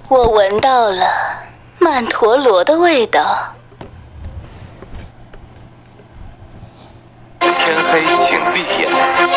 我闻到了曼陀罗的味道。 天黑请闭眼。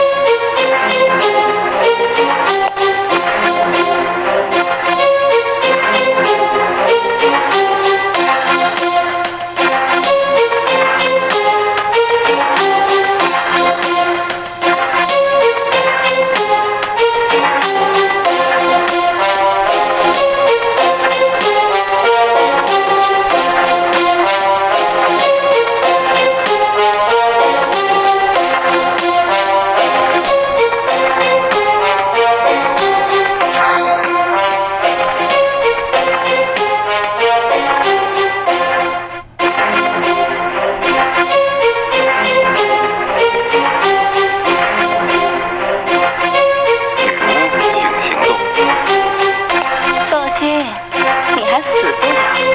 你还死不了。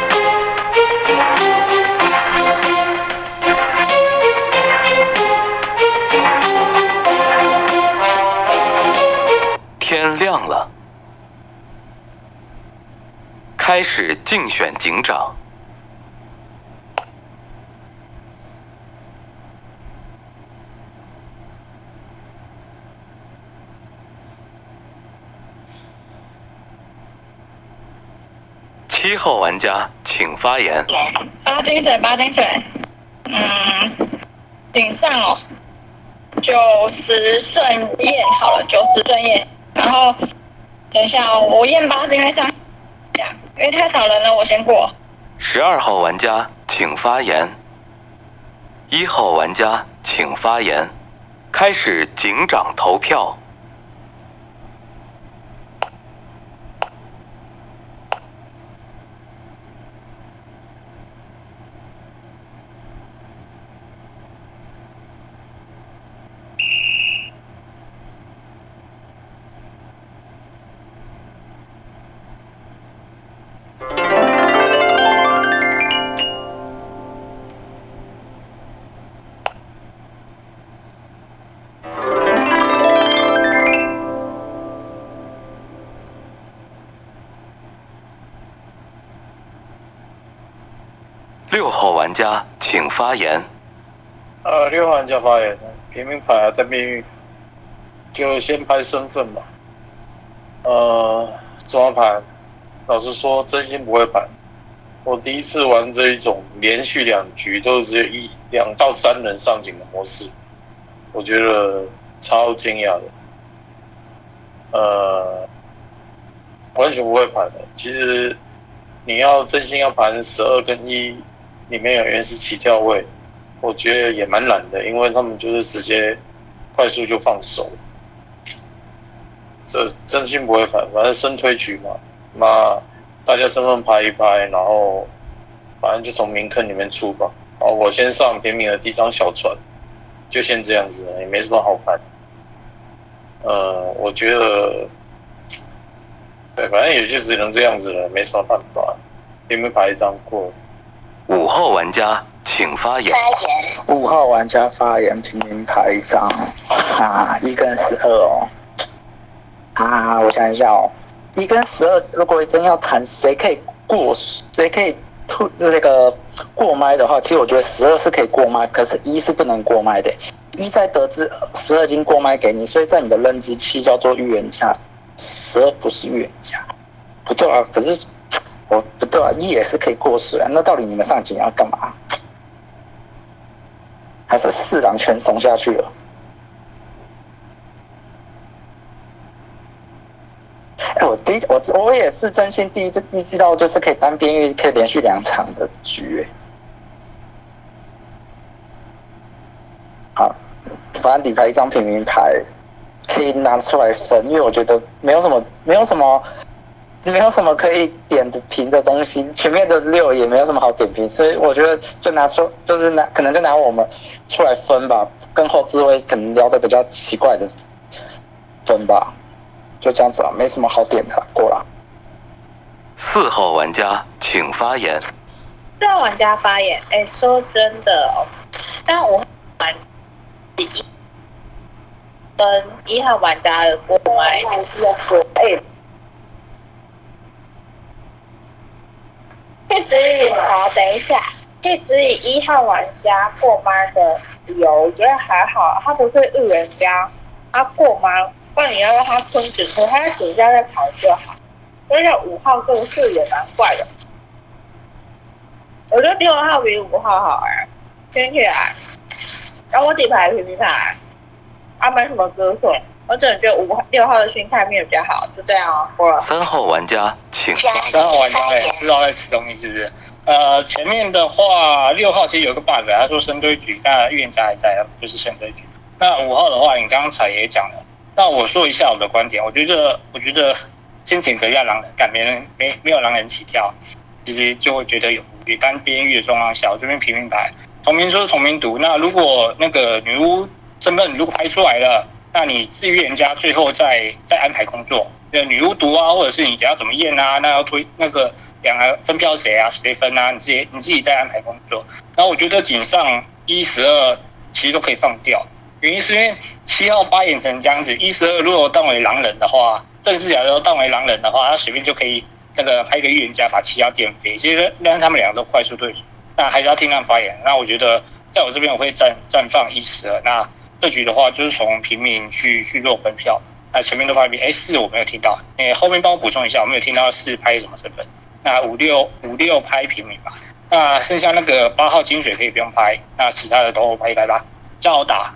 天亮了，开始竞选警长。7号玩家请发言。 八金水，顶上哦，90顺验好了，90顺验。然后等一下哦，我验8是因为上讲，因为太少人了，我先过。 12号玩家请发言。1号玩家请发言。开始警长投票。6号玩家请发言。 6号玩家发言。平民牌在命运，就先拍身份吧。怎么盘？老实说，真心不会盘。我第一次玩这一种连续2局都是只有2到3人上警的模式，我觉得超惊讶的。完全不会盘的。其实你要真心要盘12跟1里面有原始起跳位，我觉得也蛮难的，因为他们就是直接快速就放手。这真心不会盘，反正生推局嘛，那大家身份拍一拍，然后反正就从民坑里面出吧。我先上平民的第一张小船，就先这样子，也没什么好盘。我觉得，对，反正也就只能这样子了，没什么办法。平民牌一张过。 5号玩家请发言。 5号玩家发言，平民牌一张。1跟12哦。我想一下哦，1跟12，如果真要谈谁可以过，谁可以那个过麦的话，其实我觉得12是可以过麦，可是1是不能过麦的。1在得知12已经过麦给你，所以在你的认知期叫做预言家，12不是预言家。不对啊，可是不对啊，1也是可以过水啊。那到底你们上警要干嘛？还是4郎全怂下去了？我也是真心第一次意识到，就是可以单边域可以连续2场的局。好，反正底牌一张平民牌可以拿出来分，因为我觉得没有什么可以点的评的东西，前面的6也没有什么好点评，所以我觉得就可能就拿我们出来分吧，跟后置位可能聊的比较奇怪的分吧，就这样子啊，没什么好点的，过了。 4号玩家请发言。 4号玩家发言，说真的哦，但我玩第一跟1号玩家的过麦， 去指引好，等一下，去指引1号玩家过麦的理由，我觉得还好，他不是预言家，他过麦，不然你要让他吞警车，他在警下再跑就好。所以5号这个事也蛮怪的，我觉得6号比5号好听起来。然后我底牌平平牌，没什么歌颂，我只能觉得6号的心态面比较好，就这样哦，过了。 3号玩家请。 3号玩家知道在吃东西是不是？前面的话6号其实有个 bug， 他说深堆局，那预言家还在，就是深堆局。那5号的话，你刚才也讲了，那我说一下我的观点，我觉得先谴责一下狼人，干没有狼人起跳，其实就会觉得有无语。单边域的状况下，我这边平民牌，重名说重名读。那如果那个女巫身份如果拍出来了，那你自预言家最后再安排工作，女巫读啊，或者是你等下怎么验啊，那要推那个两个分票谁啊，谁分啊，你自己再安排工作。然后我觉得井上1、12其实都可以放掉。原因是因为7号8演成这样子，1、12如果当为狼人的话，正式假如当为狼人的话，他随便就可以那个拍一个预言家把7号电飞，其实让他们两个都快速对决。那还是要听他们发言。那我觉得在我这边我会暂放1、12。那这局的话就是从平民去做分票。那前面都拍平，4我没有听到，后面帮我补充一下，我没有听到4拍什么身份。那5、6拍平民吧。那剩下那个8号金水可以不用拍，那其他的都拍一拍吧，这样好打。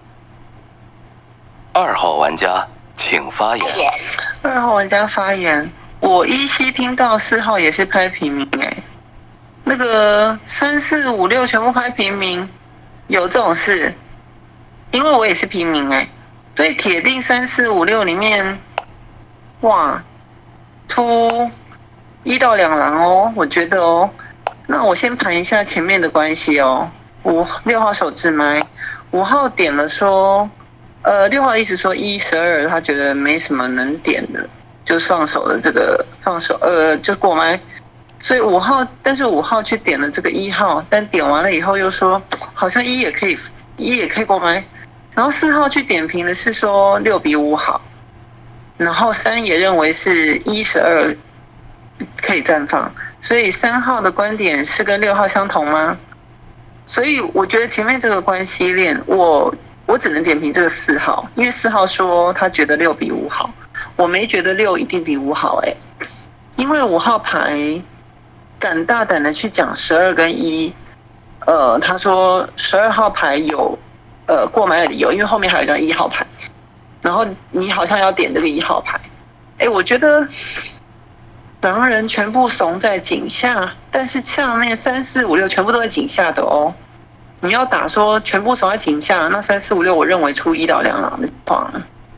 2号玩家请发言。 2号玩家发言，我依稀听到4号也是拍平民那个3、4、5、6全部拍平民，有这种事？因为我也是平民所以铁定3、4、5、6里面，哇，出1到2狼哦，我觉得哦。那我先盘一下前面的关系哦。6号手自麦，5号点了说，6号意思说1、12他觉得没什么能点的，就放手的这个放手就过麦。所以但是5号去点了这个1号，但点完了以后又说好像1也可以过麦。然后4号去点评的是说6比5好，然后3也认为是1、12可以绽放，所以3号的观点是跟6号相同吗？所以我觉得前面这个关系链，我只能点评这个4号，因为4号说他觉得6比5好，我没觉得6一定比5好因为5号牌敢大胆的去讲12跟1，他说12号牌有过麦的理由，因为后面还有一张1号牌，然后你好像要点这个1号牌，我觉得狼人全部怂在井下，但是下面3、4、5、6全部都在井下的哦。你要打说全部怂在井下，那3、4、5、6我认为出1到2狼的情况。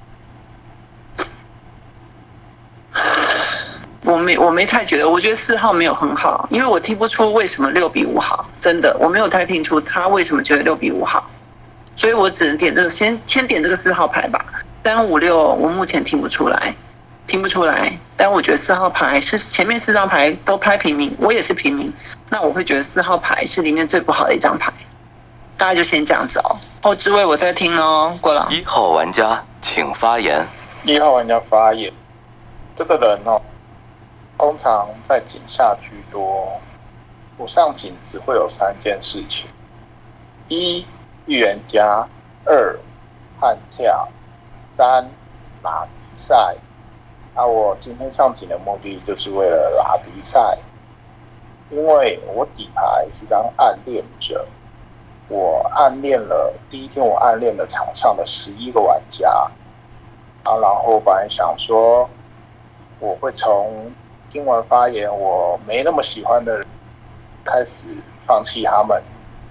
我没太觉得，我觉得4号没有很好，因为我听不出为什么6比5好，真的我没有太听出他为什么觉得6比5好，所以我只能点这个先点这个4号牌吧。3、5、6我目前听不出来，但我觉得4号牌是前面4张牌都拍平民，我也是平民，那我会觉得4号牌是里面最不好的一张牌。大概就先这样子哦。后置位我在听哦，过了。 1号玩家请发言。 1号玩家发言，这个人通常在井下居多，不上井只会有3件事情：1、预言家；2、悍跳；3、拉迪赛。我今天上井的目的就是为了拉迪赛，因为我底牌是张暗恋者，我暗恋了第一天，我暗恋了场上的11个玩家。然后本来想说，我会从听完发言我没那么喜欢的人开始放弃他们。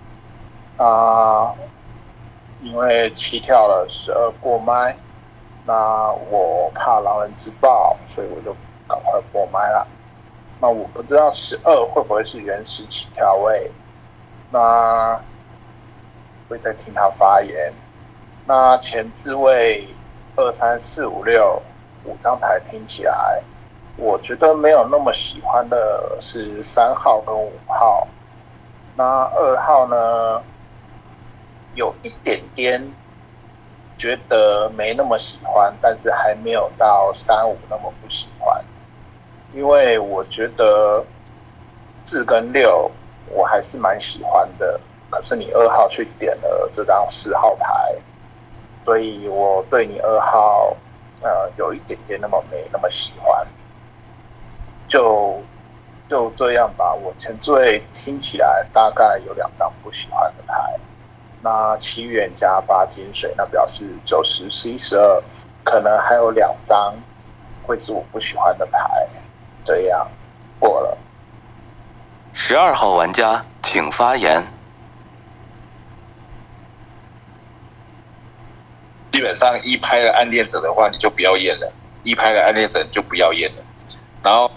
因为7跳了12过麦，那我怕狼人自爆，所以我就赶快过麦了。那我不知道12会不会是原始起跳位，那会再听他发言。那前置位2、3、4、5、6 5张牌听起来，我觉得没有那么喜欢的是3号跟5号。那2号呢，有一点点觉得没那么喜欢，但是还没有到3、5那么不喜欢。因为我觉得 4跟6我还是蛮喜欢的，可是你2号去点了这张4号牌，所以我对你2号有一点点没那么喜欢，就这样吧。我前置位听起来大概有2张不喜欢的牌，那7元加8金水，那表示9、10、11、12，可能还有2张会是我不喜欢的牌，这样过了。 12号玩家请发言。 基本上1拍了暗恋者的话，你就不要验了；1拍了暗恋者你就不要验了。然后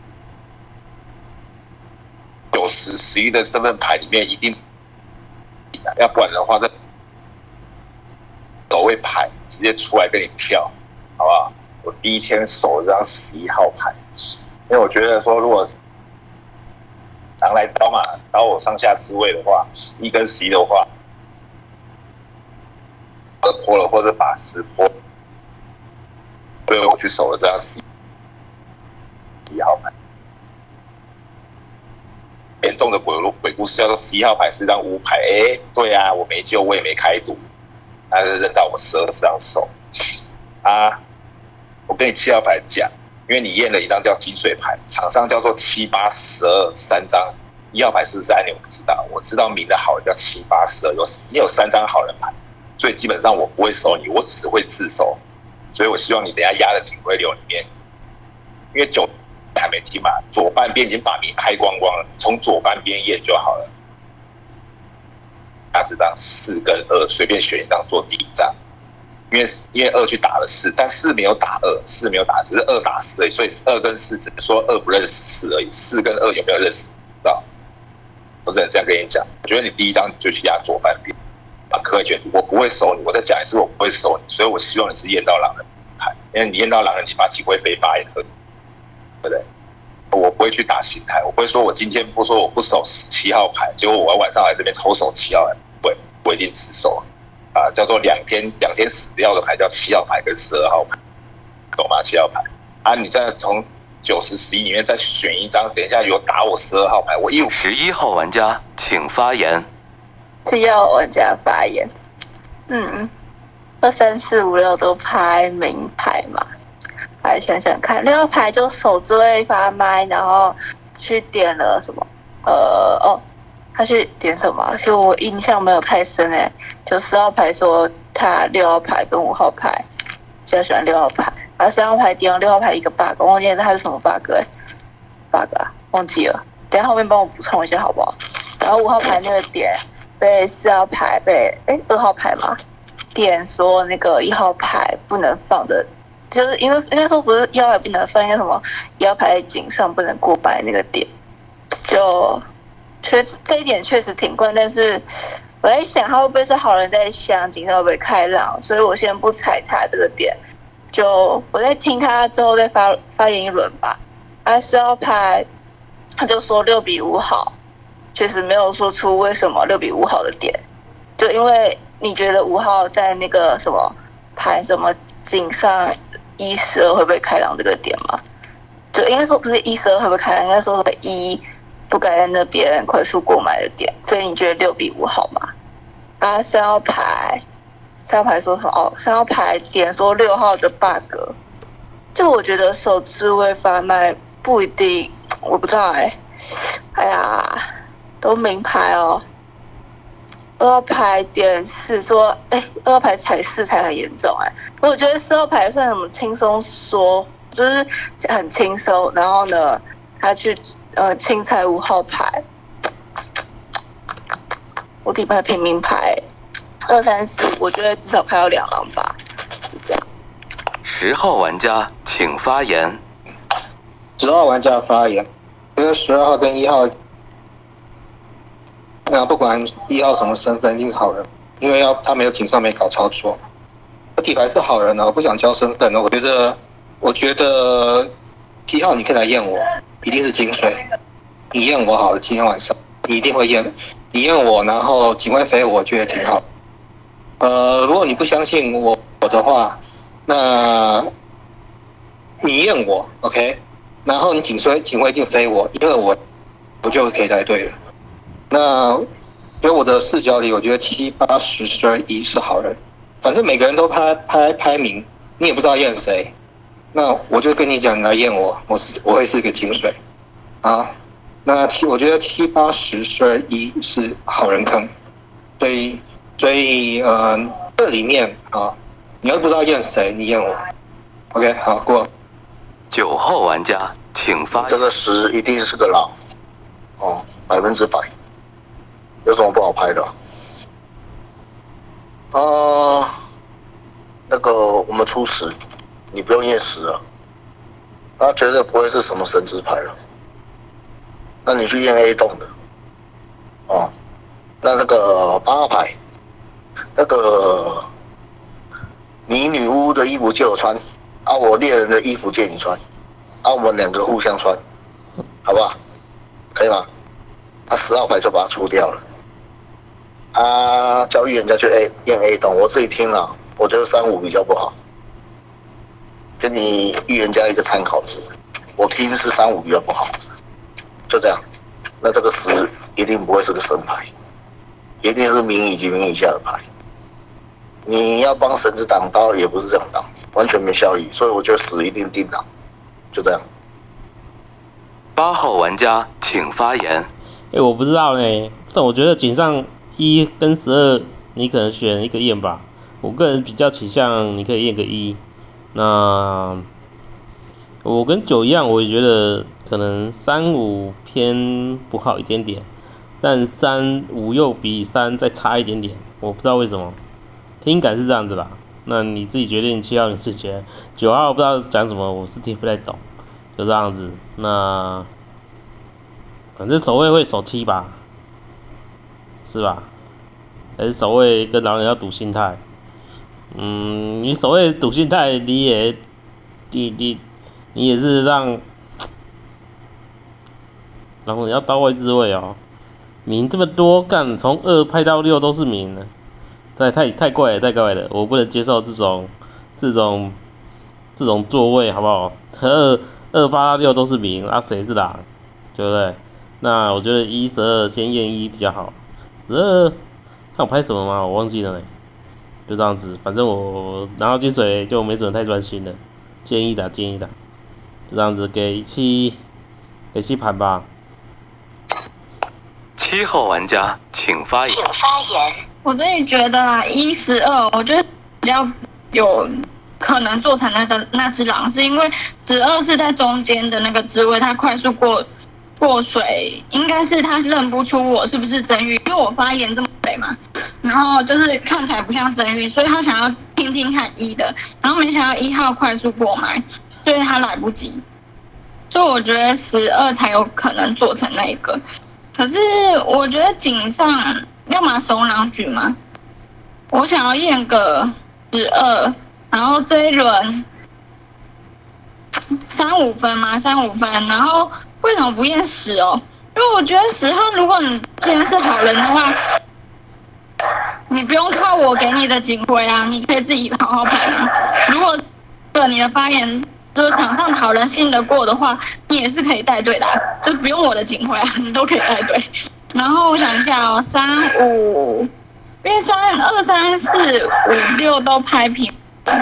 9、10、11的身份牌里面一定，要不然的话，这守卫牌直接出来跟你跳，好不好？我第一天守这张11号牌，因为我觉得说，如果狼来刀嘛，刀我上下之位的话，1跟11的话，破了或者把10破，所以我去守了这张11号牌。严重的鬼故事叫做11号牌是张乌牌，对啊，我没救，我也没开赌，但是认到我12这张手啊。我跟你7号牌讲，因为你验了一张叫金水牌，场上叫做7、8、12 3张，1号牌是不是暗恋我不知道，我知道明的好人叫7、8、12，你有3张好人牌，所以基本上我不会守你，我只会自守，所以我希望你等一下压的警徽流里面，因为9还没进嘛，左半边已经把名开光光了，从左半边验就好了。拿这张4跟2，随便选一张做第一张，因为2去打了4，但4没有打2，4没有打，只是2打4而已，所以2跟4只是说2不认识4而已，4跟2有没有认识？知道？我只能这样跟你讲。我觉得你第一张就去压左半边，把课外卷土，我不会守你，我再讲一次，我不会守你，所以我希望你是验到狼人牌，因为你验到狼人，你把警徽飞8也可以，对不对？我不会去打形态，我不会说我今天不说我不守7号牌，结果我晚上来这边偷守7号牌，不会，我一定只守叫做两天死掉的牌叫7号牌跟12号牌，懂吗？7号牌啊，你再从9、10、11里面再选一张，等一下有打我12号牌，我 11号玩家请发言。 7号玩家发言。2、3、4、5、6都拍名牌嘛。来想想看，6号牌就手之位发麦，然后去点了什么？他去点什么？其实我印象没有太深诶。就10号牌说他6号牌跟5号牌比较喜欢6号牌，而3号牌点了6号牌一个 bug， 我忘记他是什么 bug bug 啊，忘记了。等一下后面帮我补充一下好不好？然后5号牌那个点被4号牌被2号牌嘛点说那个1号牌不能放的。就是因为应该说不是1号牌不能放，应该什么1号牌井上不能过白那个点，就这一点确实挺怪。但是我在想，他会不会是好人在想井上会不会开朗，所以我先不踩他这个点，就我在听他之后再发言一轮吧。4号牌他就说6比5好，确实没有说出为什么6比5好的点，就因为你觉得5号在那个什么盘什么井上1、12会不会开朗这个点嘛？就应该说不是1、12会不会开朗，应该说1不该在那边快速购买的点，所以你觉得6比5好吗？3号牌说什么？3号牌点说6号的 bug， 就我觉得手智慧贩卖不一定，我不知道哎呀，都名牌哦。2号牌点4说，2号牌踩4才很严重我觉得4号牌算什么轻松说，就是很轻松，然后呢，他去轻踩5号牌，我底牌平民牌2、3、4，我觉得至少开到2狼吧，就这样。 10号玩家请发言。 10号玩家发言，觉得12号跟1号，那不管1号什么身份，一定是好人，因为他没有井上没搞操作。底牌是好人我不想交身份我觉得7号你可以来验我，一定是金水。你验我好了，今天晚上你一定会验，你验我，然后警徽飞我觉得挺好。如果你不相信我的话，那你验我 ，OK， 然后你警徽一定飞我，因为我我就可以带队了。那在我的视角里，我觉得7、8、10、12、1是好人。反正每个人都拍名，你也不知道验谁。那我就跟你讲，你来验我，我会是一个金水啊。那我觉得7、8、10、12、1是好人坑，所以这里面啊，你要不知道验谁，你验我。OK， 好过。 9号玩家请发言。 这个10一定是个狼哦，100%，有什么不好拍的？那个我们出10，你不用验10了，那绝对不会是什么神之牌了。那你去验 A 栋的哦，那个8号牌，那个你女巫的衣服借我穿，啊，我猎人的衣服借你穿，啊，我们2个互相穿，好不好？可以吗？啊，10号牌就把它出掉了。啊，叫预言家去验 A 栋，我自己听了，我觉得35比较不好，给你预言家一个参考值。我听是35比较不好，就这样。那这个10一定不会是个神牌，一定是名以及名以下的牌。你要帮神子挡刀也不是这样挡，完全没效益，所以我觉得10一定定挡，就这样。 8号玩家请发言。 我不知道呢，但我觉得井上1跟12，你可能选一个验吧。我个人比较倾向你可以验个1。那我跟9一样，我也觉得可能3、5偏不好一点点，但3、5又比3再差一点点，我不知道为什么，听感是这样子啦。那你自己决定，7号你自己决定，9号不知道讲什么，我是听不太懂，就这样子。那反正守卫会守7吧，是吧？还是守卫跟狼人要赌心态？你守卫赌心态，你也是让人要到位自卫哦。名这么多，干从2拍到6都是名了，太怪了，太怪了，我不能接受这种座位，好不好？2发到6都是名，啊谁是狼，对不对？那我觉得1、12先验1比较好。12他有拍什么吗？我忘记了呢。就这样子，反正我拿到金水就没什么太专心的，建议的，就这样子给7盘吧。 7号玩家请发言。 我自己觉得啊，1、12，我觉得比较有可能做成那只狼，是因为12是在中间的那个职位，它快速过水，应该是他认不出我是不是真玉，因为我发言这么水嘛，然后就是看起来不像真玉，所以他想要听听看1的，然后没想到1号快速过麦，所以他来不及，所以我觉得12才有可能做成那个。可是我觉得井上要么手狼局嘛，我想要验个12，然后这一轮3、5分嘛，3、5分，然后为什么不验10哦？因为我觉得10号，如果你既然是好人的话，你不用靠我给你的警徽啊，你可以自己好好盘啊。如果你的发言就是场上好人信得过的话，你也是可以带队的、啊，就不用我的警徽啊，你都可以带队。然后我想一下哦，3、5，因为2、3、4、5、6都拍平，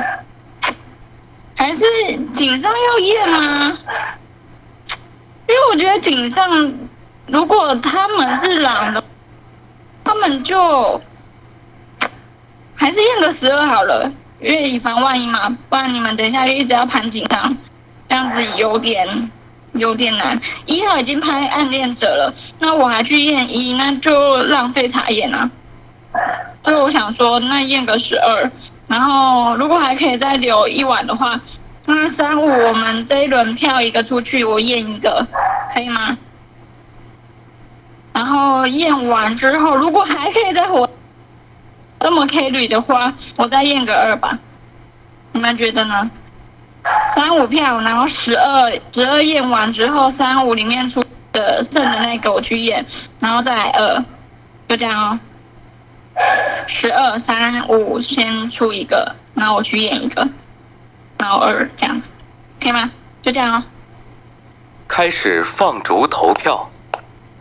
还是井上要验吗？因为我觉得井上，如果他们是狼的，他们就还是验个12好了，因为以防万一嘛，不然你们等一下一直要盘井上，这样子有点难。1号已经拍暗恋者了，那我还去验1，那就浪费查验啊。所以我想说，那验个12，然后如果还可以再留1晚的话，那3、5我们这一轮票一个出去，我验1个，可以吗？然后验完之后，如果还可以再活这么 K 率的话，我再验个2吧。你们觉得呢？3、5票，然后12验完之后，3、5里面出的剩的那个我去验，然后再来2，就这样哦。12、3、5先出一个，然后我去验一个，然后2这样子，可以吗？就这样哦。 开始放逐投票。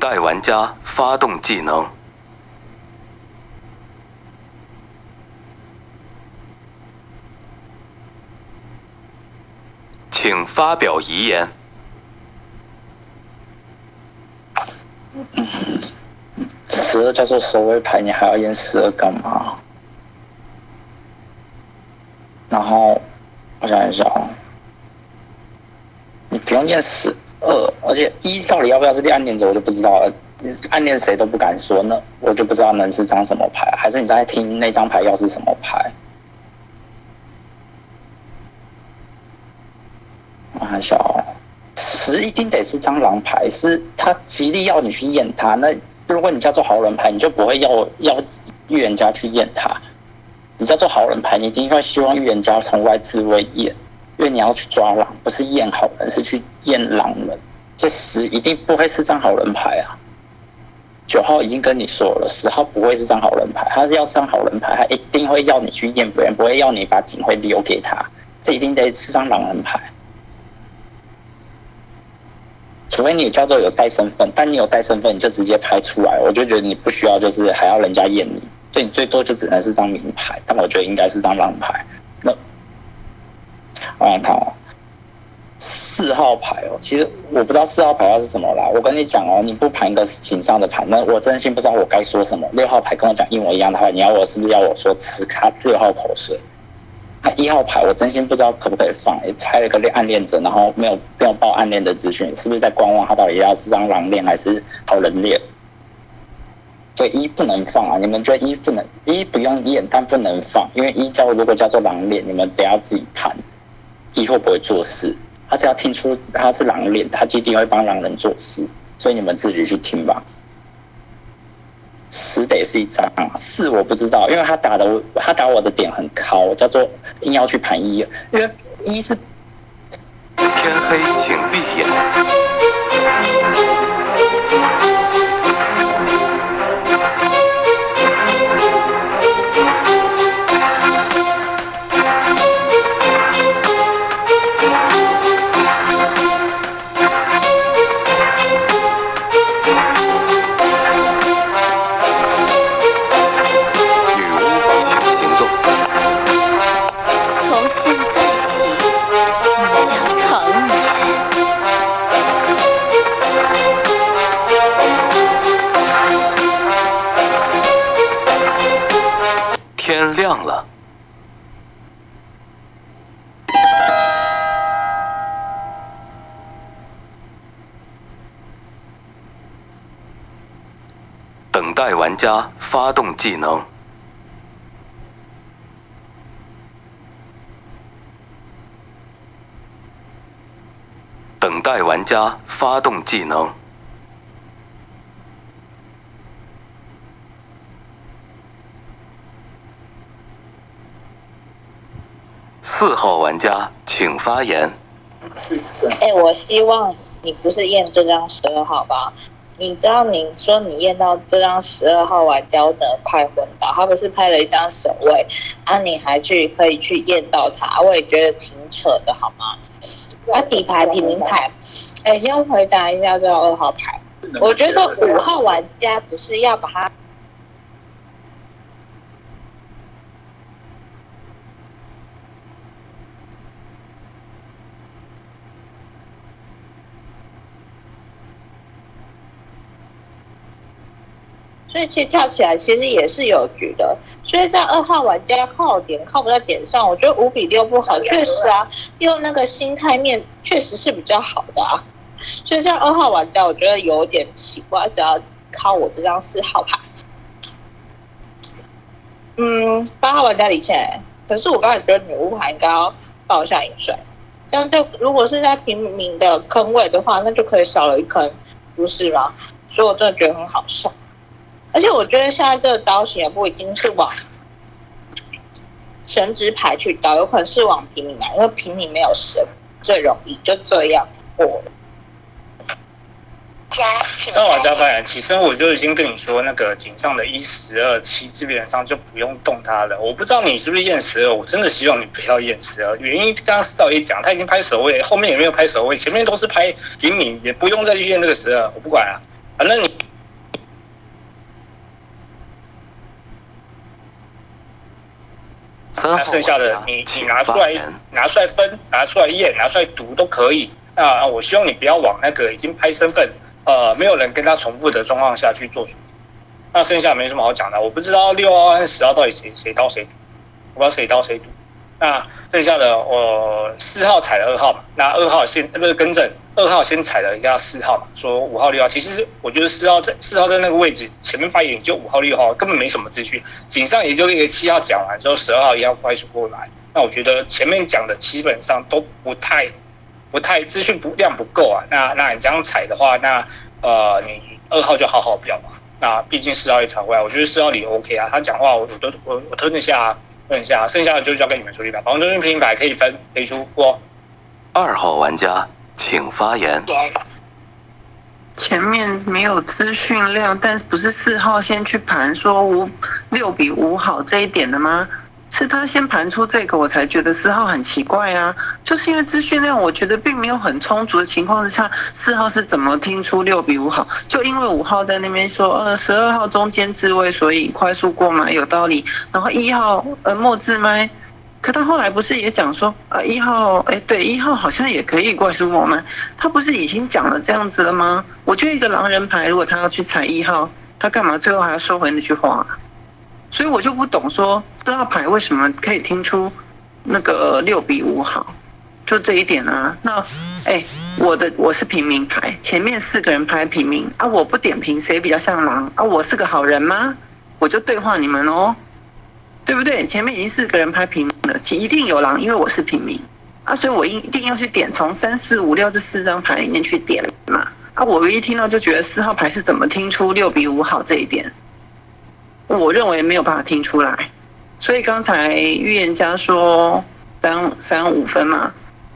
待玩家发动技能。请发表遗言。 12叫做守卫牌，你还要验12干嘛？然后我想一下哦，你不用验12，而且1到底要不要是暗恋者，我就不知道了。暗恋谁都不敢说，那我就不知道能是张什么牌，还是你在听那张牌要是什么牌？我看一下哦，10一定得是张狼牌，是他极力要你去验它。那如果你叫做好人牌，你就不会要预言家去验它。你叫做好人牌，你一定会希望预言家从外自卫验，因为你要去抓狼，不是验好人，是去验狼人。这10一定不会是张好人牌啊。9号已经跟你说了，10号不会是张好人牌，他是要张好人牌，他一定会要你去验，不然不会要你把警徽留给他，这一定得是张狼人牌。除非你叫做有带身份，但你有带身份，你就直接拍出来，我就觉得你不需要，就是还要人家验你，所以你最多就只能是张名牌，但我觉得应该是张狼牌。那我来看哦，4号牌哦，其实我不知道4号牌要是什么啦。我跟你讲哦，你不盘一个警上的牌，那我真心不知道我该说什么。6号牌跟我讲一模一样的话，你要我是不是要我说吃卡6号口水？那1号牌我真心不知道可不可以放，也猜了一个暗恋者，然后没有报暗恋的资讯，是不是在观望他到底要是张狼恋还是好人恋？所以1不能放啊！你们觉得1不能，1不用验，但不能放，因为如果叫做狼恋，你们得要自己盘，1会不会做事？他只要听出他是狼恋，他就一定会帮狼人做事，所以你们自己去听吧。10得是一张，4我不知道，因为他打我的点很高，叫做硬要去盘1，因为1是天黑请闭眼。 从现在起，你将长眠。 天亮了。等待玩家发动技能。等待玩家发动技能。4号玩家请发言。 我希望你不是验这张12号吧？你知道你说你验到这张12号玩家，我真的快昏倒。他不是拍了一张守卫啊，你还可以去验到他，我也觉得挺扯的，好吗？底牌平民牌，先回答一下这个2号牌。我觉得5号玩家只是要把他。所以其实跳起来其实也是有局的，所以在2号玩家靠点靠不在点上，我觉得5比6不好，确实啊，6那个心态面确实是比较好的啊，所以在2号玩家我觉得有点奇怪，只要靠我这张4号牌，8号玩家离线，可是我刚才觉得女巫牌应该要报一下饮水，这样就如果是在平民的坑位的话，那就可以少了一坑，不是吗？所以我真的觉得很好笑。而且我觉得现在这个刀型也不一定是往神职牌去刀，有可能是往平民来，因为平民没有神最容易，就这样过。 那玩家发言，其实我就已经跟你说，那个井上的1、12、7基本上就不用动它了。我不知道你是不是验12，我真的希望你不要验12。原因刚刚少爷讲，他已经拍守卫，后面也没有拍守卫，前面都是拍平民，也不用再去验那个12，我不管啊，反正你。 那剩下的你拿出来分，拿出来验，拿出来读都可以。那我希望你不要往那个已经拍身份，没有人跟他重复的状况下去做处理。那剩下没什么好讲的，我不知道6号和10号到底谁刀谁赌，我不知道谁刀谁赌。那剩下的我4号踩了2号嘛，那2号不是更正，2号先踩了一下4号嘛，说5号6号，其实我觉得4号在那个位置前面发言就5号6号根本没什么资讯，井上也就一个7号讲完之后12号1号快速过来，那我觉得前面讲的基本上都不太资讯量不够啊，那你这样踩的话，那你2号就好好表嘛，那毕竟4号也踩回来，我觉得4号理 OK 啊，他讲话我吞得下。问一下，剩下的就交给你们处理吧。防中心平牌可以分，可以出过。 2号玩家请发言。 前面没有资讯量，但是不是4号先去盘说6比5好这一点的吗？是他先盘出这个，我才觉得4号很奇怪啊。就是因为资讯量我觉得并没有很充足的情况之下，4号是怎么听出6比5好？就因为5号在那边说，12号中间置位，所以快速过嘛，有道理。然后1号末置麦。可他后来不是也讲说1号对1号好像也可以快速过麦，他不是已经讲了这样子了吗？我觉得一个狼人牌，如果他要去踩1号，他干嘛最后还要收回那句话所以我就不懂说这号牌为什么可以听出那个6比5好，就这一点啊。那我是平民牌，前面4个人拍平民啊，我不点评谁比较像狼啊，我是个好人吗？我就对话你们哦。对不对？前面已经4个人拍平民了，一定有狼，因为我是平民啊，所以我一定要去点从3、4、5、6这4张牌里面去点嘛。啊，我唯一听到就觉得4号牌是怎么听出6比5好这一点，我认为没有办法听出来。所以刚才预言家说3-5分嘛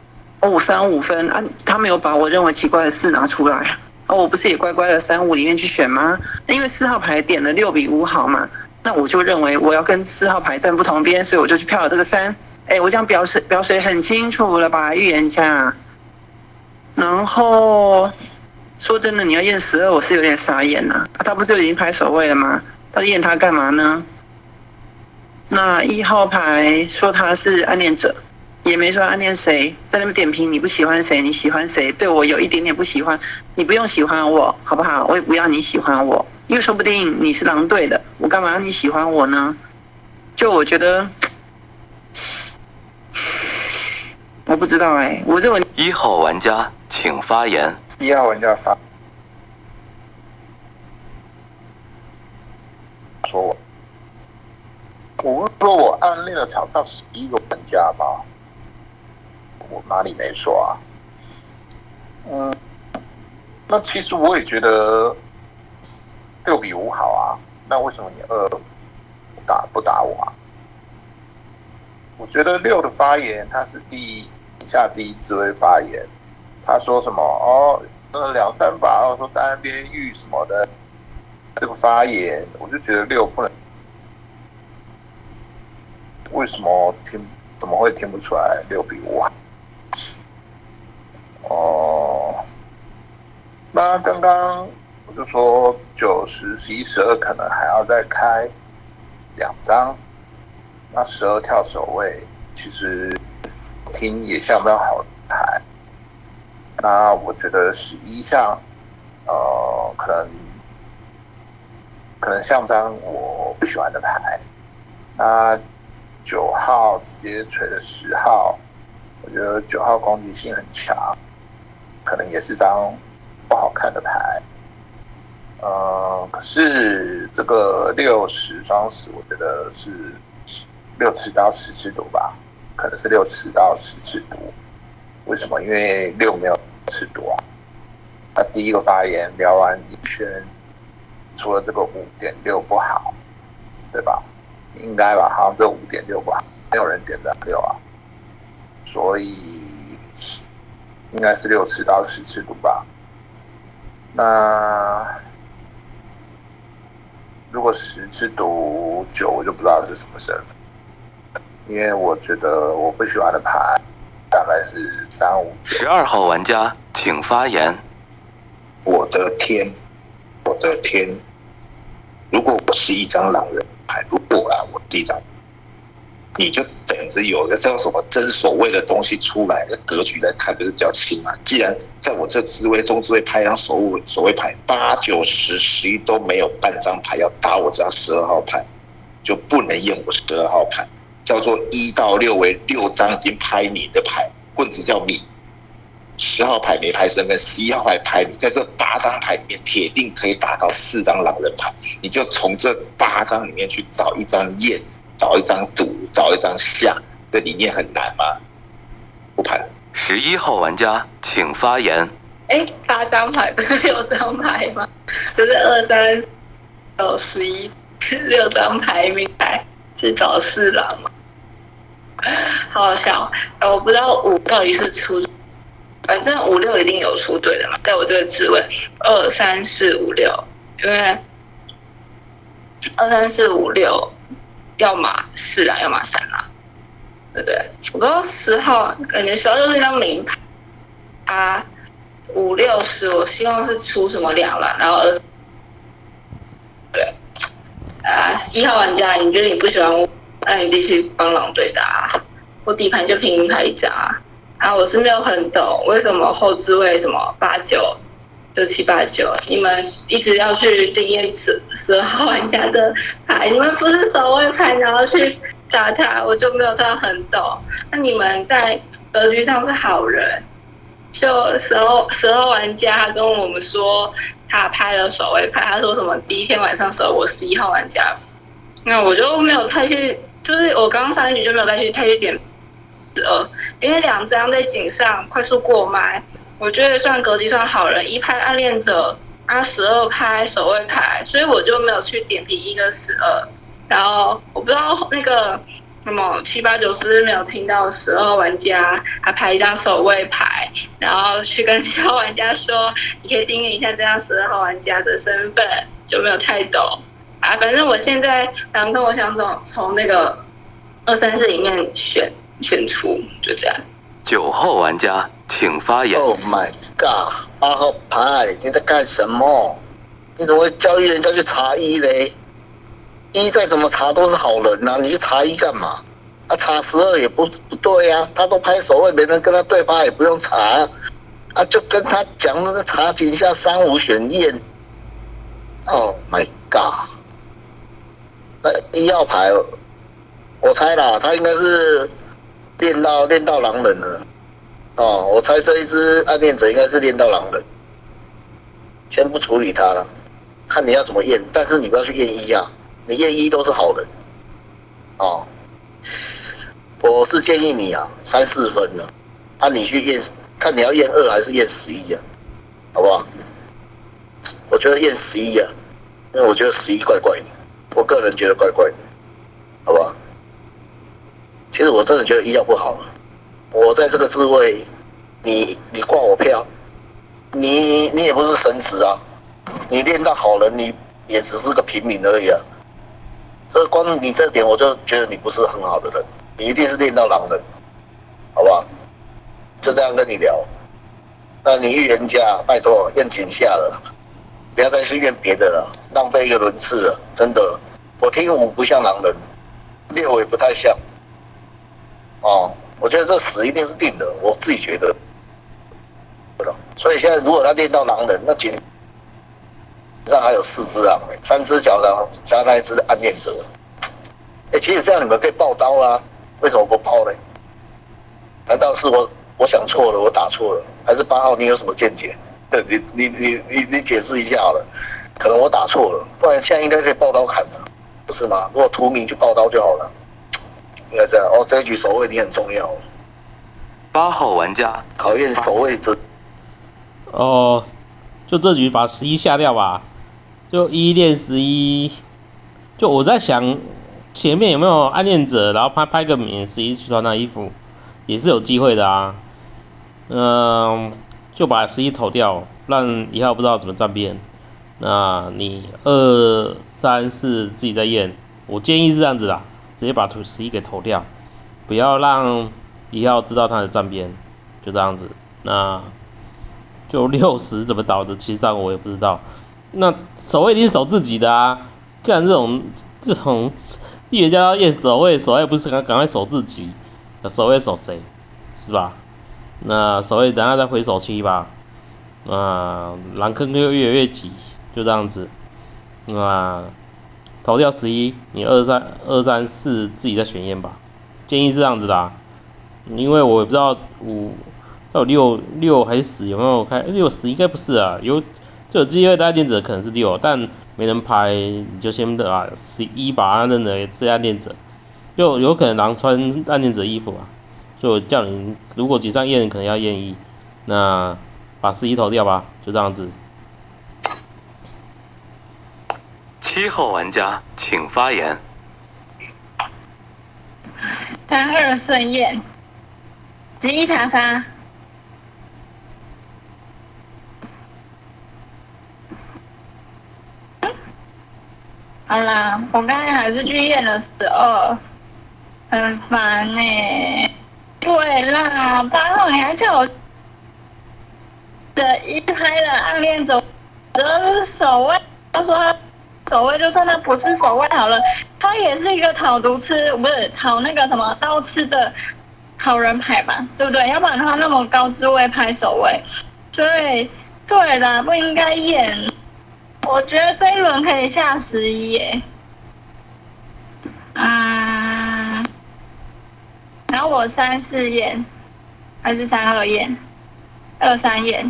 ，3-5分啊，他没有把我认为奇怪的4拿出来啊，我不是也乖乖的3-5里面去选吗？因为4号牌点了6比5好嘛。那我就认为我要跟4号牌站不同边，所以我就去票了这个3。我这样表水很清楚了吧，预言家。然后说真的，你要验12，我是有点傻眼呐、他不是已经拍守卫了吗？他验他干嘛呢？那1号牌说他是暗恋者，也没说暗恋谁，在那边点评你不喜欢谁，你喜欢谁？对我有一点点不喜欢，你不用喜欢我，好不好？我也不要你喜欢我。因为说不定你是狼队的，我干嘛让你喜欢我呢？就我觉得，我不知道我认为 1号玩家请发言。 1号玩家发说我说我暗恋的场上11个玩家吗？我哪里没说啊？那其实我也觉得6比5好啊，那为什么你2不打我啊？我觉得6的发言，他是底下第一智慧发言，他说什么2-3把，然后说单边域什么的，这个发言，我就觉得6不能，为什么怎么会听不出来6比5那刚刚我就说9、10、11、12可能还要再开2张，那12跳守卫，其实听也像张好牌。那我觉得11像可能像张我不喜欢的牌。那9号直接锤了10号，我觉得9号攻击性很强，可能也是张不好看的牌。可是这个6、10双10，我觉得是6次到10次毒吧，可能是6次到10次毒。为什么？因为6没有次毒啊。他第一个发言聊完一圈，除了这个5.6不好，对吧？应该吧，好像这5.6不好，没有人点赞6啊，所以应该是6次到10次毒吧。那如果10次毒9，我就不知道是什么身份，因为我觉得我不喜欢的牌大概是3、5、9。 12号玩家请发言。 我的天，我的天！如果我是一张狼人牌，如果我是一张你就等着有个叫什么真守卫的东西出来，格局来看就是比较轻嘛。既然在我这中智慧拍张守卫牌8、9、10、11都没有半张牌要打我这张12号牌，就不能验我12号牌，叫做1到6为6张已经拍你的牌，棍子叫米。10号牌没拍身份，11号牌拍你，在这8张牌里面，铁定可以打到4张狼人牌。你就从这8张里面去找一张验，找一张赌，找一张下，这里面很难吗？不盘。 11号玩家请发言。 8张牌不是6张牌吗？就是2、3、9、11 6张牌名牌是找4狼吗？好好笑，我不知道5到底是出。反正5、6一定有出对的嘛，在我这个职位2、3、4、5、6，因为2、3、4、5、6，要么4狼，要么3狼，对不对？我不知道10号，感觉10号就是一张名牌啊。5、6、10，我希望是出什么2狼，然后对啊，1号玩家，你觉得你不喜欢我，那你自己去帮狼对打，我底盘就平民牌1张啊。我是没有很懂为什么后置位什么8、9、6、7、8、9，你们一直要去定义12号玩家的牌，你们不是守卫牌，然后去打他，我就没有到很懂。那你们在格局上是好人，就12号玩家跟我们说他拍了守卫牌，他说什么第一天晚上守我11号玩家，那我就没有太去，就是我刚刚上一局就没有太去点。因为2张在井上快速过麦，我觉得算格局算好人，1拍暗恋者，12拍守卫牌，所以我就没有去点评1跟12。然后我不知道那个什么7、8、9是不是没有听到12号玩家他拍一张守卫牌，然后去跟7号玩家说，你可以订阅一下这张12号玩家的身份，就没有太懂啊。反正我现在狼坑，我想从那个2、3、4里面选出，就这样。 9号玩家请发言。 Oh my god！ 8号牌，你在干什么？你怎么会教育人家去查1嘞？1再怎么查都是好人啊，你去查1干嘛？查12也不对啊，他都拍守卫，没人跟他对趴也不用查就跟他讲那个查井下3、5选验。Oh my god！ 那1号牌，我猜啦，他应该是练到狼人了。我猜这一只暗恋者应该是练到狼人，先不处理他了，看你要怎么验，但是你不要去验1啊，你验1都是好人。我是建议你啊，3、4分了，你去验，看你要验2还是验11啊，好不好？我觉得验11啊，因为我觉得11怪怪的，我个人觉得怪怪的，好不好？其实我真的觉得1号不好了，我在这个智慧，你挂我票，你也不是神职啊，你练到好人，你也只是个平民而已啊。这光你这点，我就觉得你不是很好的人，你一定是练到狼人，好不好？就这样跟你聊。那你预言家，拜托验井下了，不要再去验别的了，浪费一个轮次了，真的。我听5不像狼人，6也不太像。我觉得这10一定是定的，我自己觉得。所以现在如果他练到狼人，那井上还有4只狼，3只小狼加那一只暗恋者。其实这样你们可以爆刀啦，为什么不爆呢？难道是我想错了，我打错了，还是8号你有什么见解？你解释一下好了，可能我打错了，不然现在应该可以爆刀砍了，不是吗？如果图名去爆刀就好了，应该这样。这一局守卫你很重要。 8号玩家考验守卫者。 就这局把11下掉吧，就1练11。就我在想前面有没有暗恋者，然后拍个免11去穿那衣服，也是有机会的啊。就把11投掉，让1号不知道怎么站边。那你2、3、4自己再验，我建议是这样子啦，直接把11给投掉，不要让1号知道他的站边，就这样子。那就60怎么倒的，其实这样我也不知道。那守卫一定是守自己的啊，不然这种预言家要验守卫，守卫不是赶快守自己，守卫守谁？是吧？那守卫等下再回守7吧。狼坑就越来越挤，就这样子。投掉11，你2、3、4自己再选验吧。建议是这样子的因为我也不知道到底6还是10有没有开？6、10应该不是啊，就有机会的暗恋者可能是6，但没人拍，你就先11把他认为是暗恋者，就有可能狼穿暗恋者衣服啊。所以我叫你，如果几上验可能要验1，那把11投掉吧，就这样子。 7号玩家请发言。 32顺验，11查杀。好啦，我刚才还是去验了12，很烦对啦，8号你还叫我的1拍了暗恋者，这是守卫。他说他守卫，就算他不是守卫好了，他也是一个讨毒吃，不是讨那个什么刀吃的好人牌嘛，对不对？要不然他那么高智慧拍守卫，所以对啦，不应该验。我觉得这一轮可以下11耶。然后我3、4验，还是3、2验，2、3验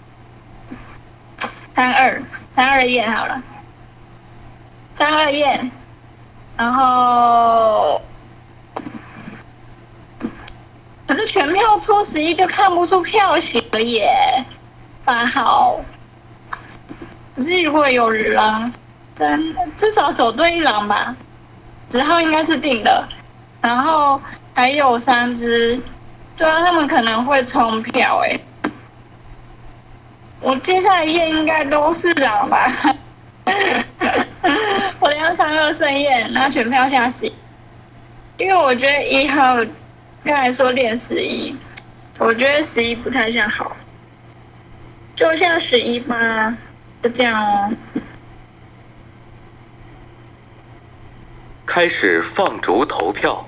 ，3、2验好了，3、2验，然后可是全票出11就看不出票型了耶，8号。可是如果有狼，至少走对1狼吧，10号应该是定的，然后还有3只，对啊，他们可能会冲票我接下来验应该都是狼吧，我要3、2顺验，然后全票下11，因为我觉得1号刚才说练11，我觉得11不太像好，就下11吧，就这样哦。 开始放逐投票。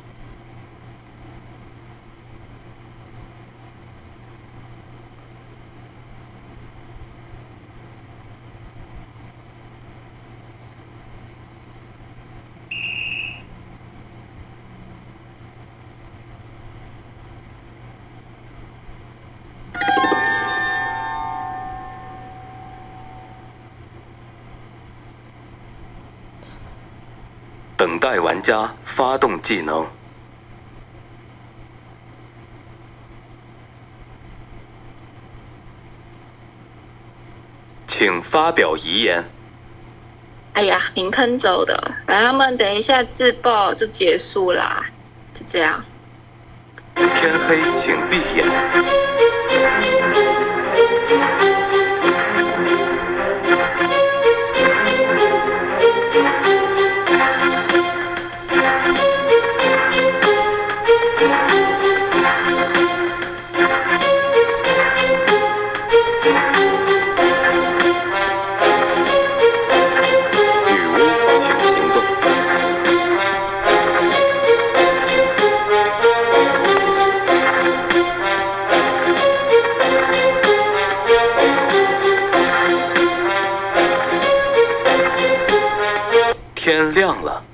等待玩家发动技能，请发表遗言。 哎呀，明坑走的，他们等一下自爆就结束啦，就这样。 天黑请闭眼。天亮了，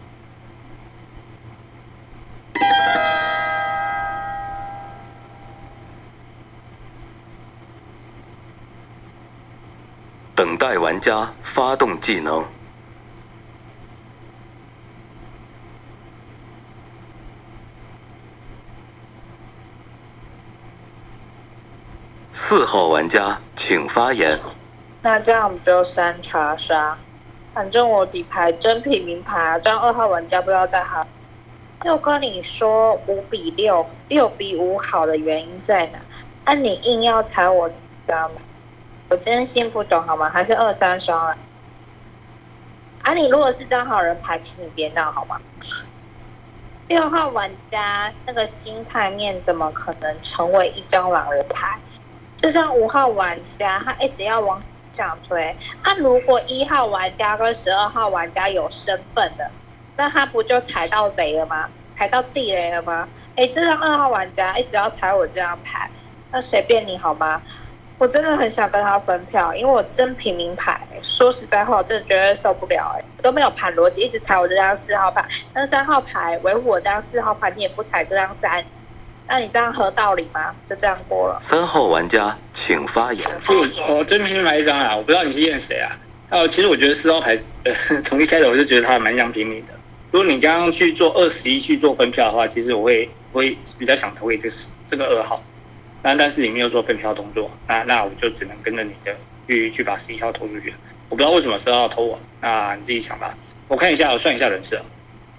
等待玩家发动技能。4号玩家请发言。 那这样我们就3查杀，反正我底牌真品名牌，这样2号玩家不要再喊。就跟你说5比6，6比5好的原因在哪？你硬要踩我家吗？我真心不懂好吗？还是2、3双了？你如果是张好人牌，请你别闹好吗？6号玩家那个心态面怎么可能成为一张狼人牌？就像5号玩家，他一直要往上推。如果1号玩家跟12号玩家有身份的， 那他不就踩到雷了吗？踩到地雷了吗？这让2号玩家一直要踩我这张牌，那随便你好吗？我真的很想跟他分票，因为我真平民牌。说实在话，我真的绝对受不了我都没有盘逻辑，一直踩我这张4号牌，那3号牌维护我这张4号牌，你也不踩这张3，那你这样合道理吗？就这样过了。 3号玩家请发言。 我真平民牌一张啊，我不知道你是验谁啊？其实我觉得4号牌，从一开始我就觉得他蛮像平民的。如果你刚刚去做21去做分票的话，其实我会比较想投给这个2号。但是你没有做分票动作，那我就只能跟着你的去把11号投出去。我不知道为什么12号投我，那你自己想吧。我看一下，我算一下人设，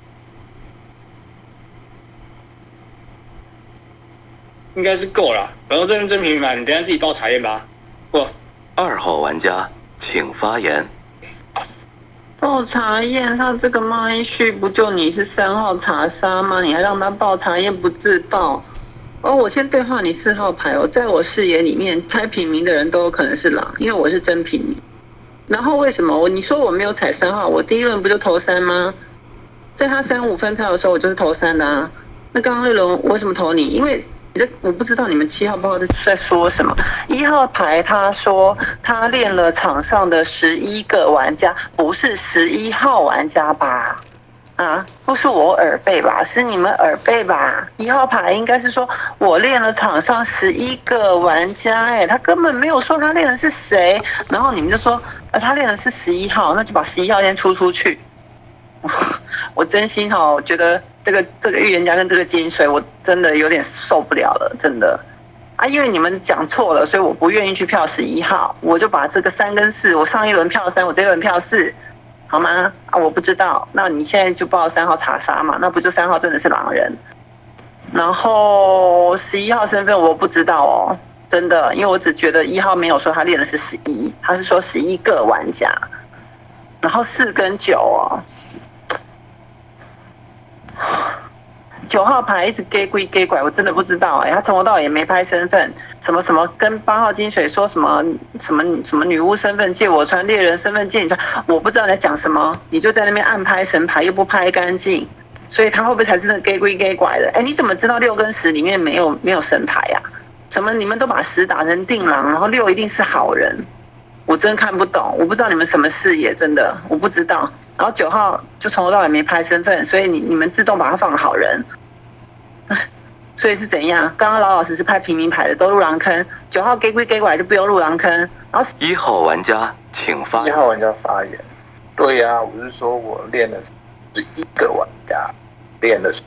应该是够了。然后真平民牌，你等一下自己报查验吧。过。 2号玩家请发言。 报查验，他这个麦序不就你是3号查杀吗？你还让他报查验不自报？我先对话你4号牌在我视野里面，拍平民的人都有可能是狼，因为我是真平民。然后为什么你说我没有踩3号？我第一轮不就投3吗？在他3-5分票的时候，我就是投3的啊。那刚刚那轮我为什么投你？因为我不知道你们7号不知道在说什么。1号牌他说他练了场上的11个玩家，不是11号玩家吧？不是我耳背吧？是你们耳背吧？1号牌应该是说我练了场上11个玩家，他根本没有说他练的是谁。然后你们就说，他练的是11号，那就把11号先出去。我真心觉得这个预言家跟这个金水，我真的有点受不了了，真的因为你们讲错了，所以我不愿意去票11号，我就把这个3跟4，我上一轮票3，我这一轮票4，好吗？我不知道，那你现在就报3号查杀嘛，那不就3号真的是狼人？然后11号身份我不知道真的，因为我只觉得1号没有说他练的是11，他是说11个玩家，然后4跟99号牌一直 gay 归 gay 拐，我真的不知道他从头到尾也没拍身份，什么跟8号金水说什么女巫身份借我穿，猎人身份借你穿，我不知道在讲什么，你就在那边暗拍神牌又不拍干净，所以他会不会才是那个 gay 归 gay 拐的？你怎么知道6跟10里面没有神牌啊？什么你们都把10打成定狼，然后6一定是好人？我真看不懂，我不知道你们什么视野，真的我不知道。然后9号就从头到尾没拍身份，所以你们自动把他放好人。所以是怎样？刚刚老实是拍平民牌的，都入狼坑。9号给归给过来就不用入狼坑。然后 1号玩家请发言。 1号玩家发言。对呀，我是说我练的是1个玩家，练的是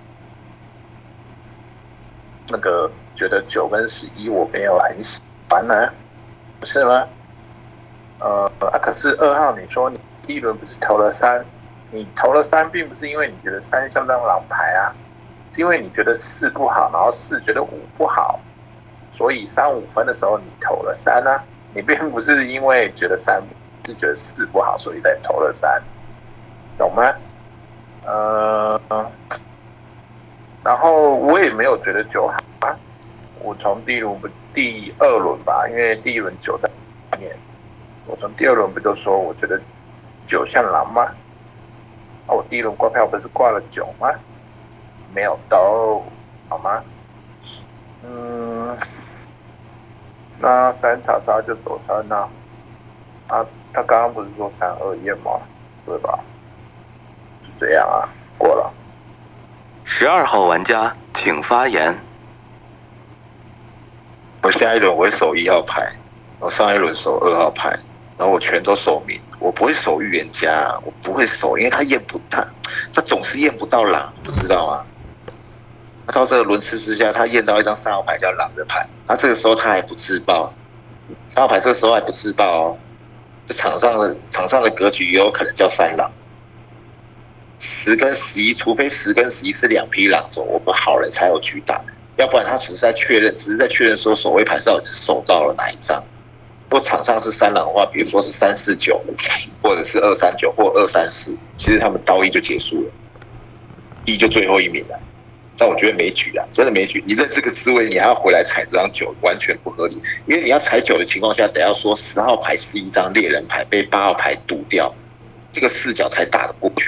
那个觉得9跟11我没有很喜欢呢，不是吗？可是2号你说你第一轮不是投了3，你投了3，并不是因为你觉得3相当狼牌啊，是因为你觉得4不好，然后4觉得5不好，所以3、5分的时候你投了3啊，你并不是因为觉得3是觉得4不好，所以才投了3，懂吗？然后我也没有觉得9好啊，我从第2轮吧，因为第1轮9在里面，我从第2轮不就说我觉得9像狼吗？我第1轮挂票不是挂了9吗？没有兜，好吗？那3查杀就走3啊。他刚刚不是说3-2验吗？对吧？是这样啊，过了。 12号玩家请发言。 我下一轮我会守1号牌，我上一轮守2号牌，然后我全都守民，我不会守预言家，我不会守，因为他总是验不到狼，不知道吗？他到这个轮次之下，他验到一张3号牌叫狼的牌，他这个时候他还不自爆，3号牌这个时候还不自爆这场上的格局也有可能叫3狼。10跟11，除非10跟11是2匹狼种，我们好人才有局打，要不然他只是在确认说守卫牌到底是守到了哪一张。如果场上是3狼的话，比如说是349，或者是239或234，其实他们刀1就结束了，1就最后一名了。但我觉得没局啊，真的没局。你认这个滋味，你还要回来踩这张9，完全不合理。因为你要踩9的情况下，得要说10号牌是一张猎人牌被8号牌堵掉，这个视角才打得过去啊。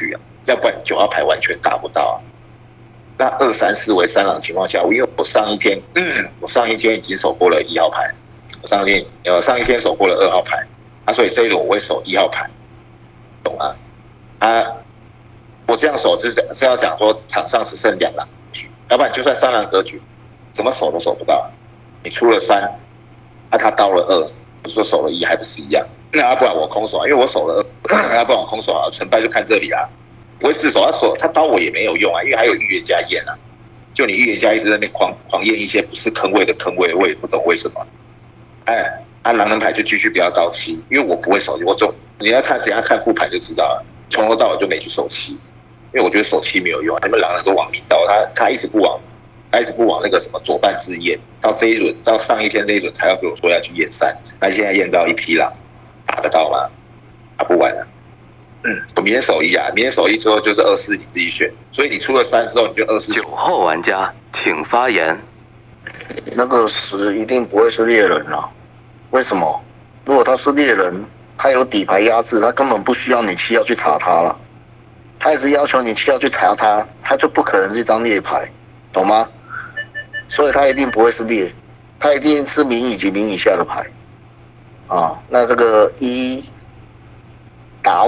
要不然9号牌完全打不到啊。那2、3、4为3狼情况下，因为我上一天已经守过了1号牌，我上一天守过了2号牌，所以这一轮我会守1号牌，懂吗？我这样守是要讲说场上只剩2狼格局，要不然就算3狼格局，怎么守都守不到啊。你出了3，他到了2，不是说守了1还不是一样？那不然我空手啊，因为我守了2，要不然我空手啊，成败就看这里啊。我会自守，他刀我也没有用啊，因为还有预言家验啊。就你预言家一直在那边狂验一些不是坑位的坑位，我也不懂为什么。狼人牌就继续不要到7，因为我不会守，你要看怎样看副牌就知道了。从头到尾就没去守7，因为我觉得守7没有用，你们狼人都往明刀，他一直不往那个什么左半支验，到这一轮到上一天这一轮才要跟我说要去验3，他现在验到1匹狼，打得到吗？打不完了。我明天守1啊，明天守1之后就是24，你自己选。所以你出了3之后，你就24。 9号玩家请发言。 那个10一定不会是猎人啦，为什么？如果他是猎人，他有底牌压制，他根本不需要你7号去查他了。他一直要求你7号去查他，他就不可能是一张猎牌，懂吗？所以他一定不会是猎，他一定是明以及明以下的牌。那这个1打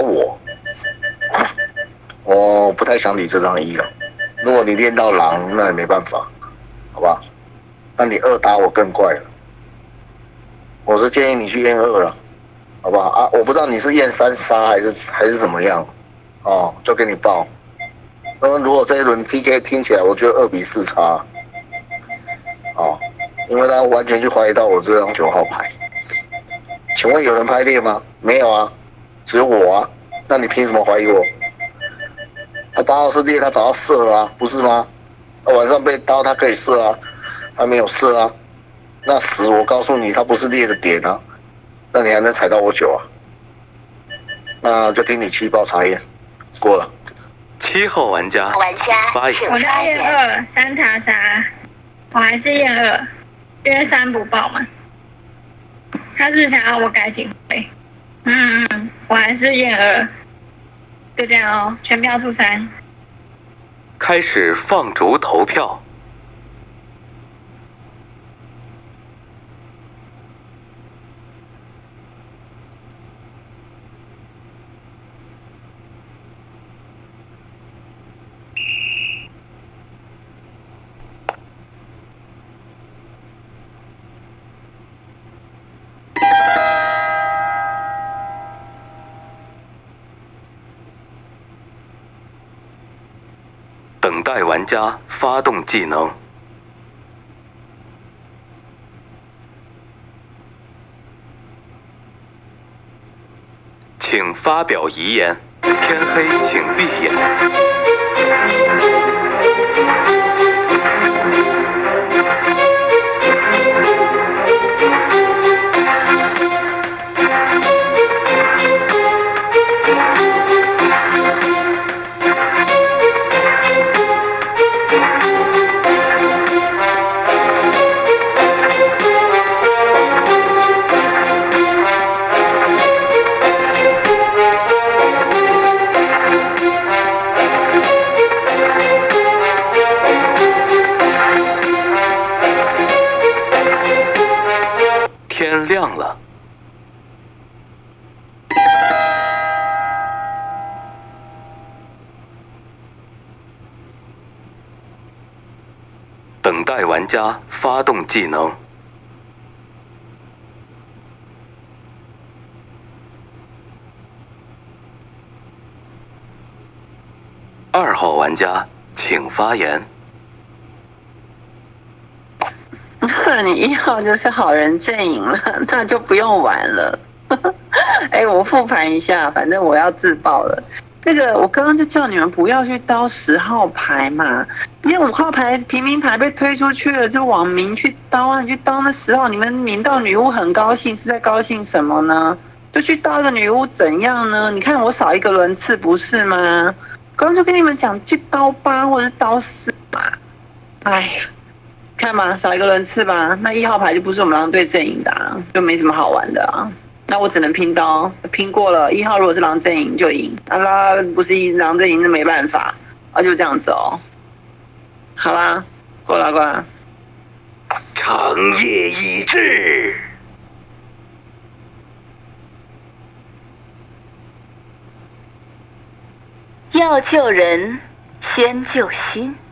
我不太想理这张1了。如果你练到狼，那也没办法，好吧？那你2打我更怪了。我是建议你去验2了，好不好？我不知道你是验3杀还是怎么样，就给你报。如果这一轮 PK 听起来，我觉得2比4差，因为他完全去怀疑到我这张9号牌。请问有人拍猎吗？没有啊，只有我啊。那你凭什么怀疑我？他8号是猎，他早要射了啊，不是吗？晚上被刀他可以射啊，他没有射啊。那10我告诉你，他不是猎的点啊，那你还能踩到我9啊？那就听你7报查验，过了。 7号玩家发言。 我在验2，3查杀，我还是验2，因为3不报嘛。他是不是想要我改警徽？我还是验2，就这样哦，全票出3。 开始放逐投票。等待玩家发动技能。请发表遗言。天黑请闭眼。天亮了。等待玩家发动技能。2号玩家请发言。 你1号就是好人阵营了，那就不用玩了。我复盘一下，反正我要自爆了。那个，我刚刚就叫你们不要去刀10号牌嘛，因为5号牌平民牌被推出去了，就往明去刀啊，你去刀那10号，你们明道女巫很高兴，是在高兴什么呢？就去刀一个女巫怎样呢？你看我少一个轮次不是吗？刚刚就跟你们讲，去刀8或者是刀4嘛。哎呀。看嘛，少一个轮次吧。那1号牌就不是我们狼队阵营的，就没什么好玩的啊。 那我只能拼刀，拼过了1号如果是狼阵营就赢，那不是狼阵营那没办法，就这样子哦。好啦，过了。 长夜已至。 要救人，先救心。